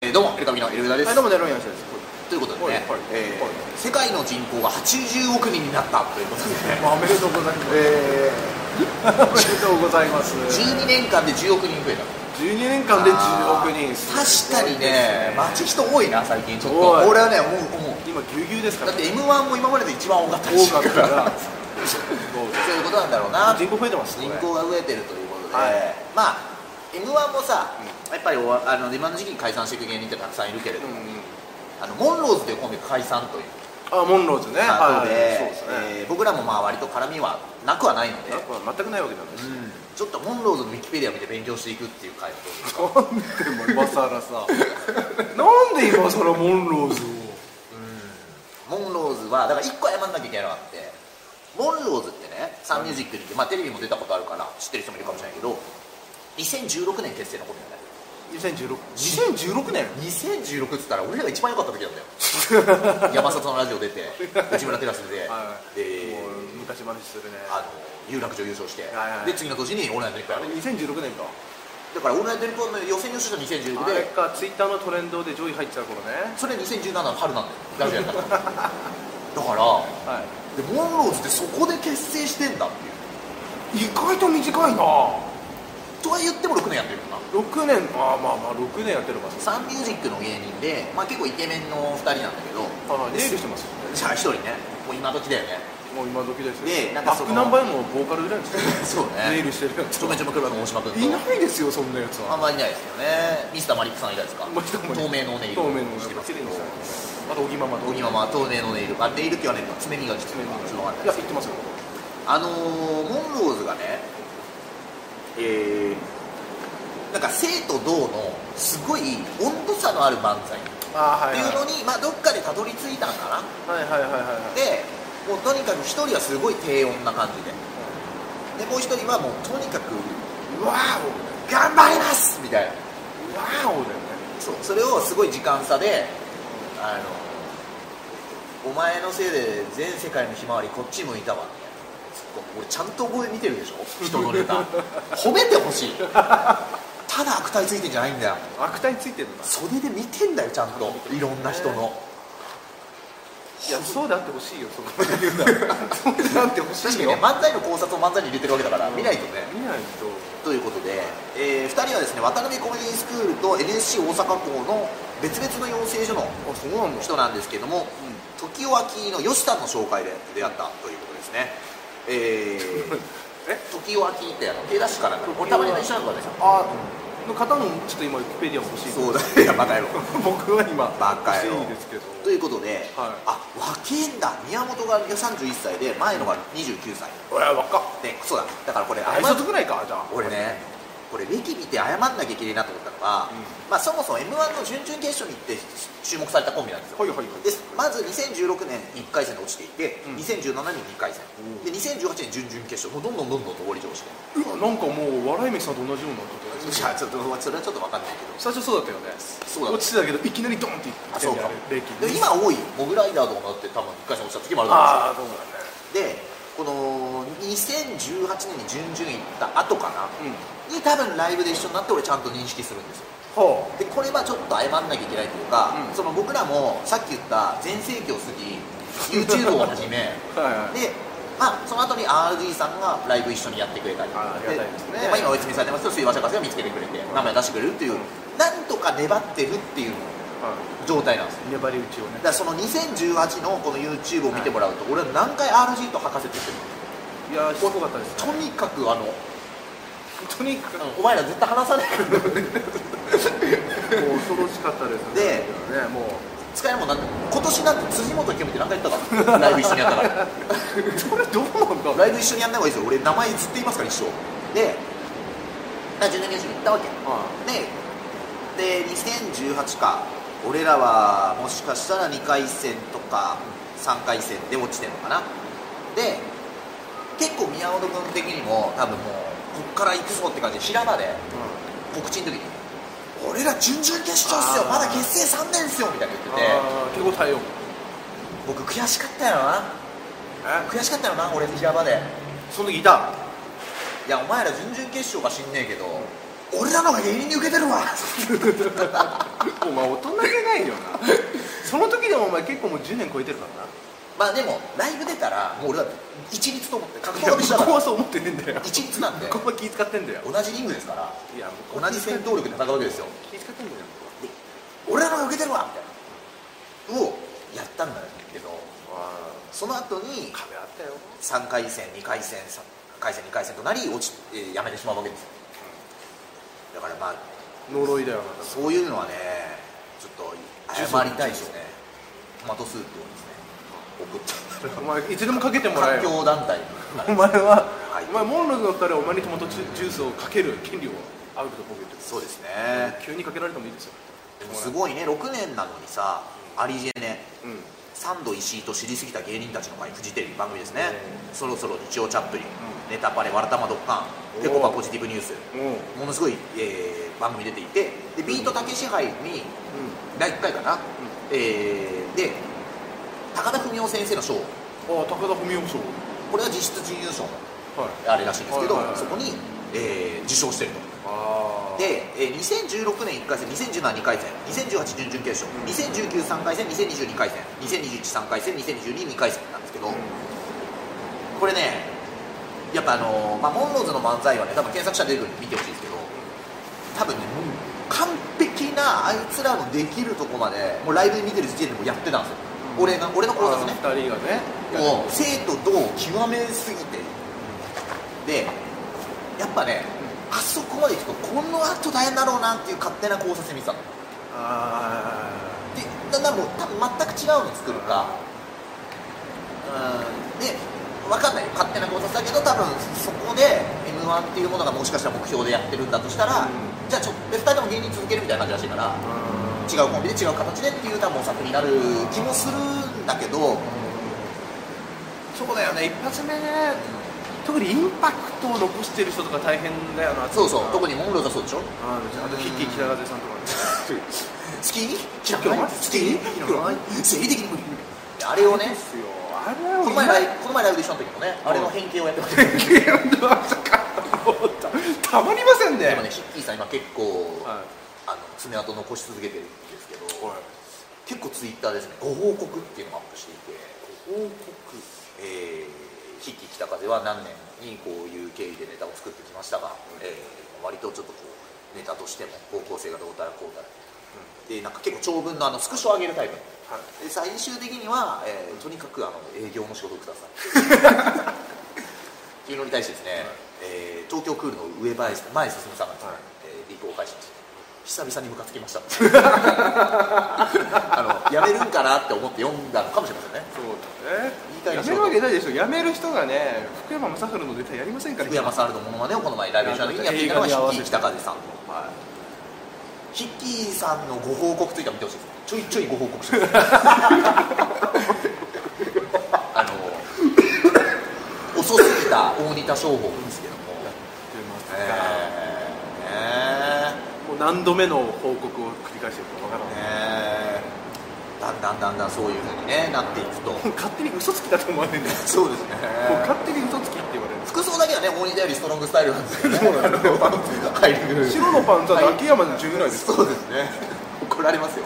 どうもエルカビのエルウダです。 はい、どうもネロニアンです。 ということでね、 はい世界の人口が80億人になったということでね、 おめでとうございます。おめでとうございます。 12年間で10億人増えた。 12年間で10億人。 確かにね、街人多いな最近ちょっと。 多い俺はね思う。 今ぎゅうぎゅうですから。 だって M1 も今までで一番多かったらしいから。そういうことなんだろうな。 人口増えてます。 人口が増えてるということで、 はい、 まあ M1 もさ、やっぱり今の時期に解散していく芸人ってたくさんいるけれども、モンローズというコンビ解散という。 モンローズね。 はい。僕らもまあ割と絡みはなくはないので、 全くないわけなんです。 ちょっとモンローズのウィキペディア見て勉強していくっていう回を。 なんでも今更さ、なんで今更モンローズを。 モンローズはだから1個謝んなきゃいけないのがあって、モンローズってね、サンミュージックにいて、まあテレビも出たことあるから知ってる人もいるかもしれないけど、2016年結成のことだね。 2016年 2016って言ったら俺らが一番良かった時なんだよ。山里のラジオ出て、内村テラスで、 で昔話するね、 有楽町優勝して、で次の年にオールナイトニッポンやる。 2016年か。 だからオールナイトニッポンの予選優勝した2016で、 あれか、ツイッターのトレンドで上位入っちゃう頃ね。 それ2017の春なんだよ、ラジオやったから。だから、でモンローズってそこで結成してんだっていう。 意外と短いな。 とは言っても6年やってるかな。 6年、まあ6年やってるか。 サンミュージックの芸人で、まあ、結構イケメンの2人なんだけど、 ネイルしてますよ。 じゃあ1人ね、もう今時だよね。 もう今時ですよ。 で、なんかバックナンバーのボーカルぐらいですよ。 そうね。 ネイルしてるやつ。 ちょめちょめクラブの大島君と。 いないですよ、そんなやつは。 あんまりいないですよね。ミスターマリックさんいないですか。透明のネイル。 透明のしてますけど。 あと、小木ママ。 小木ママ、透明のネイル。ネイルって言わないと爪磨きしてるのか。ちょっとわかんない。 いや、言ってますよ。 モンローズがね、なんか生と同のすごい温度差のある漫才っていうのに、まあどっかでたどり着いたんかな。で、もうとにかく一人はすごい低温な感じで、でもう一人はもうとにかくワーオ頑張りますみたいな。 ワーオだよね。 そう、それをすごい時間差でお前のせいで全世界のひまわりこっち向いたわみたいな。俺ちゃんと覚え見てるでしょ、人のネタ。褒めてほしい。ただ悪態ついてんじゃないんだよ。 悪態ついてるんだ。 袖で見てんだよ、ちゃんといろんな人の。 いや、そうであってほしいよ、そこまで言うんだ。そうであってほしいよ。 確かにね、漫才の考察を漫才に入れてるわけだから、見ないとね。 見ないと。 ということで、2人はですね、渡辺コメディスクールと NSC 大阪校の別々の養成所の人なんですけども、時尾明の吉さんの紹介で出会ったということですね。時尾明って手出しから俺たまに一緒なのかね。 の方のちょっと今ウィキペディア欲しい。 そうだね、バカ野郎。 僕は今バカ野郎欲しいですけど。 ということで、若えんだ。宮本が31歳で前のが29歳。 若っ。 で、そうだ。だからこれ挨拶ぐらいか。じゃあ俺ね、これ歴見て謝んなきゃいけないなと思ったのが、まあそもそも M1 の準々決勝に行って注目されたコンビなんですよ。で、まず2016年1回戦で落ちていて、2017年2回戦で、2018年準々決勝、もうどんどんと上り調子で、 なんかもう笑い飯さんと同じようなこと。 いや、ちょっとそれはちょっと分かんないけど、 最初そうだったよね。 そうだ、 落ちてたけどいきなりドンっていって。 そうか。で今多いモグライダーとかもだって多分1回戦落ちた時もあると思うんですよ。で、この2018年に準々行った後かな、に多分ライブで一緒になって俺ちゃんと認識するんですよ。でこれはちょっと謝んなきゃいけないというか、その僕らもさっき言った全盛期を過ぎ YouTube を始めで、まあその後に RG さんがライブ一緒にやってくれたり、でまあ今お休みされてますけど、水話博士が見つけてくれて名前出してくれるっていう、なんとか粘ってるっていう状態なんですよ。 粘り打ちをね。 だからその2018のこの YouTube を見てもらうと、俺は何回 RG と博士って言ってるの。 いや、すごかったです。 とにかくお前ら絶対話さないから。もう恐ろしかったですね。 で、もう使えるもんなんて、今年なんて辻元清美って何回言ったか、ライブ一緒にやったから。 それどうなんだ。 ライブ一緒にやんない方がいいですよ。俺名前ずっと言いますから一生で、準々決勝に行ったわけで、2018か、俺らはもしかしたら2回戦とか3回戦で落ちてるのかな。で、結構宮本君的にも多分もうこっから行くぞって感じで平場で告知の時に「俺ら準々決勝っすよ、まだ結成3年っすよ」みたいな言ってて、 結構対応。 僕悔しかったよな。俺平場でその時いた。 いや、お前ら準々決勝か知んねえけど、 俺らのが芸人に受けてるわお前大人じゃないよなその時でもお前結構もう10年超えてるからな。 まあでもライブ出たらもう俺だって一律と思って格闘技したから向こうはそう思ってねえんだよ。 一律なんで向こうは気使ってんだよ。 同じリングですからいや同じ戦闘力で戦うわけですよ。 気使ってんだよ。 で俺らのが受けてるわみたいなをやったんだけど、その後に壁あったよ。 3回戦2回戦3回戦2回戦となりやめてしまうわけですよ。だからまあ呪いだよ。 そういうのはねちょっと謝りたいですね。トマトスープをですね送ったお前いつでもかけてもらえよ。 環境団体にお前は、 はい、 お前モンローズの2人はお前にトマトジュースをかける権利をアウトと僕言ってる。 そうですね。 急にかけられてもいいですよ。 でもすごいね、6年なのにさ、アリジェネ、 うんサンド石井と知りすぎた芸人たちの会、フジテレビ番組ですね、そろそろ日曜チャップリン、ネタパレ、わらたまドッカン、ぺこぱポジティブニュース、ものすごい、番組出ていて、でビートたけし杯に、第1回かな、で、高田文夫先生の賞、 高田文夫賞、 これは実質準優勝のはいあれらしいんですけど、 はいはいはいそこに、受賞してると。 あで、2016年1回戦、2017、2回戦、2018準々決勝、2019、3回戦、2020、2回戦、2021、3回戦、2022、2回戦なんですけど、これね、やっぱモンローズの漫才はね、多分検索したら出てくるんで見てほしいですけど、多分ね、もう完璧なあいつらのできるとこまで、もうライブで見てる時点でもうやってたんですよ。俺の考察ね。 2人がね、 もう生と同を極めすぎて、で、やっぱね、あそこまで行くとこの後大変だろうなっていう勝手な考察で見てたので、だんだんもう多分全く違うの作るか、で分かんないよ、勝手な考察だけど、多分そこで m 1っていうものがもしかしたら目標でやってるんだとしたら、じゃあ2人とも芸人続けるみたいな感じらしいから、違うコンビで違う形でっていう多分模索になる気もするんだけど、 そうだよね、一発目ね、特にインパクトを残してる人とか大変だよな。 そうそう、特にモンローがそうでしょ。 あとキッキー北風さんとかね好き嫌い好き嫌い生理的に無理。あれをね、 あれはこの前ライブで一緒の時もね、あれの変形をやってました。 たまりませんね。 でもね、ヒッキーさん今結構、爪痕残し続けてるんですけど、結構ツイッターですね、ご報告っていうのをアップしていて、 ご報告、 ヒッキー北風は何年にこういう経緯でネタを作ってきましたが、割とちょっとこうネタとしても方向性がどうたらこうたら、でなんか結構長文のスクショを上げるタイプ、で最終的には、とにかく営業の仕事をくださいっていうのに対してですね、東京クールの上前進さんがですね、リプを返しました。久々にムカつきましたやめるんかなって思って読んだのかもしれませんね。 そうだね、 言いたいやめるわけないでしょ。やめる人がね、福山雅治のネタやりませんから。 福山雅治のモノマネをこの前ライブした時にやっていたのがヒッキー北風さん、ヒッキーさんのご報告ついては見てほしいです。ちょいちょいご報告します遅すぎた大仁田商法ですけども、 もう何度目の報告を繰り返してるかわからない、 だんだんそういう風に、ね、なっていくと勝手に嘘つきだと思われるんだよ。 そうですね、 もう勝手に嘘つきって言われる。 服装だけはね、大仁田よりストロングスタイルなんですよね。 そうなんですよ白のパンツは秋山の10ぐらいです。 そうですね、怒られますよ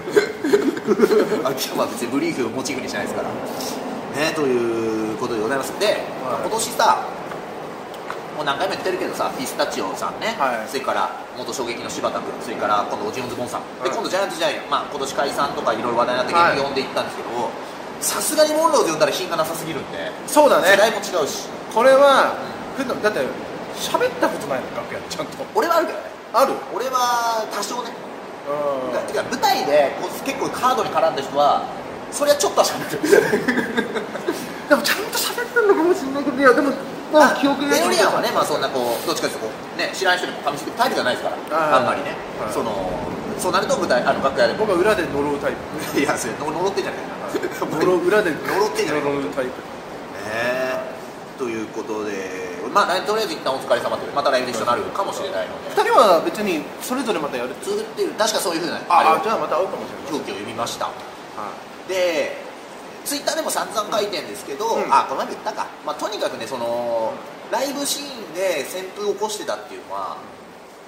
秋山は別にブリーフをモチーフにしないですからね、ということでございます。で、今年さ、もう何回も言ってるけどさ、ピスタチオさんね、それから元衝撃の柴田君、それから今度オジオンズボンさん、で今度ジャイアントジャイアン、今年解散とかいろいろ話題になって芸人呼んでいったんですけど、さすがにモンローズ呼んだら品がなさすぎるんで、 そうだね、 世代も違うし、 これはだって喋ったことないの、楽屋でちゃんと。 俺はあるけどね、 ある。 俺は多少ね、てか舞台でこう結構カードに絡んだ人はそれはちょっとは喋るでもちゃんと喋ってるのかもしれないけど、いやでも記憶がデロリアンはね、そんなこうどっちかというとこう、ね、知らない人にも噛みつくタイプじゃないですから、あんまりね、そうなると舞台楽屋で僕は裏で呪うタイプ。 いや、それ呪ってんじゃないかな裏で呪ってんじゃないか呪うタイプということで、とりあえず一旦お疲れ様という、またライブで一緒になるかもしれないので、 2人は別にそれぞれまたやるっていう、確かそういうふうなじゃあまた会うかもしれない。 表記を読みました。でツイッターでも散々書いてるんですけど、この前も言ったか、とにかくね、そのライブシーンで旋風を起こしてたっていうのは、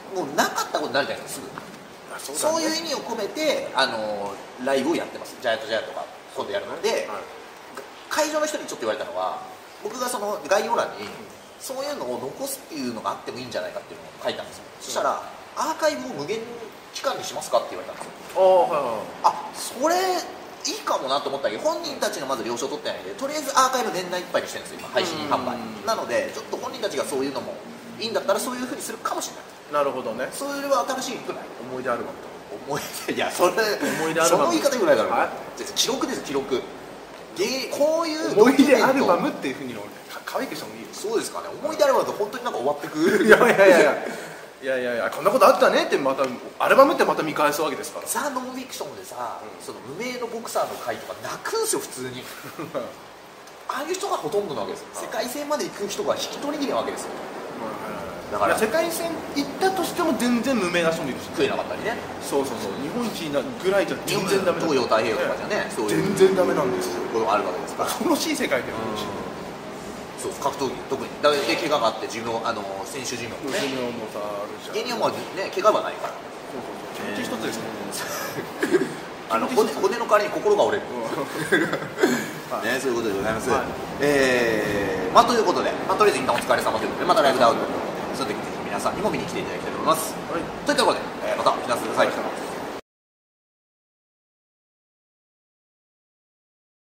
もうなかったことになるじゃないですかすぐ。そういう意味を込めてライブをやってます。ジャイアントジャイアントが今度やるので、会場の人にちょっと言われたのは、僕がその概要欄にそういうのを残すっていうのがあってもいいんじゃないかっていうのを書いたんですよ。そしたらアーカイブを無限期間にしますかって言われたんですよ。それいいかもなと思ったけど、本人たちがまず了承を取ってないので、とりあえずアーカイブ年内いっぱいにしてるんですよ今、配信販売なので、ちょっと本人たちがそういうのもいいんだったらそういうふうにするかもしれない。 なるほどね。 それは新しいくない？ 思い出アルバムと思い出、いやそれ思い出アルバム、 その言い方ぐらいだろ。記録です、記録。こういう思い出アルバムっていうふうに可愛くしてもいいよ。 そうですかね。思い出アルバムと本当になんか終わってくいやこんなことあったねって、またアルバムってまた見返すわけですから。 ザ・ノンフィクションでさ、その無名のボクサーの回とか泣くんすよ普通にああいう人がほとんどなわけですよ。世界戦まで行く人が引き取りになわけですよ。 だから世界戦行ったとしても全然無名な人もいるし、 食えなかったりね。 そう日本一なぐらいじゃ全然ダメ。 東洋太平洋とかじゃね、そういう全然ダメなんですよ。 これあるわけですから、 恐ろしい世界で。 そう格闘技特にで怪我があって寿命選手寿命もね、 寿命もさあるじゃん。 芸人はもうね怪我はないから、 気持ち一つですね。 骨の代わりに心が折れるね、そういうことでございます。まあということで、とりあえず一旦お疲れ様ということで、またライブで会うということで、その時ぜひ皆さんにも見に来ていただきたいと思います。といったところで、またお聞きなさい。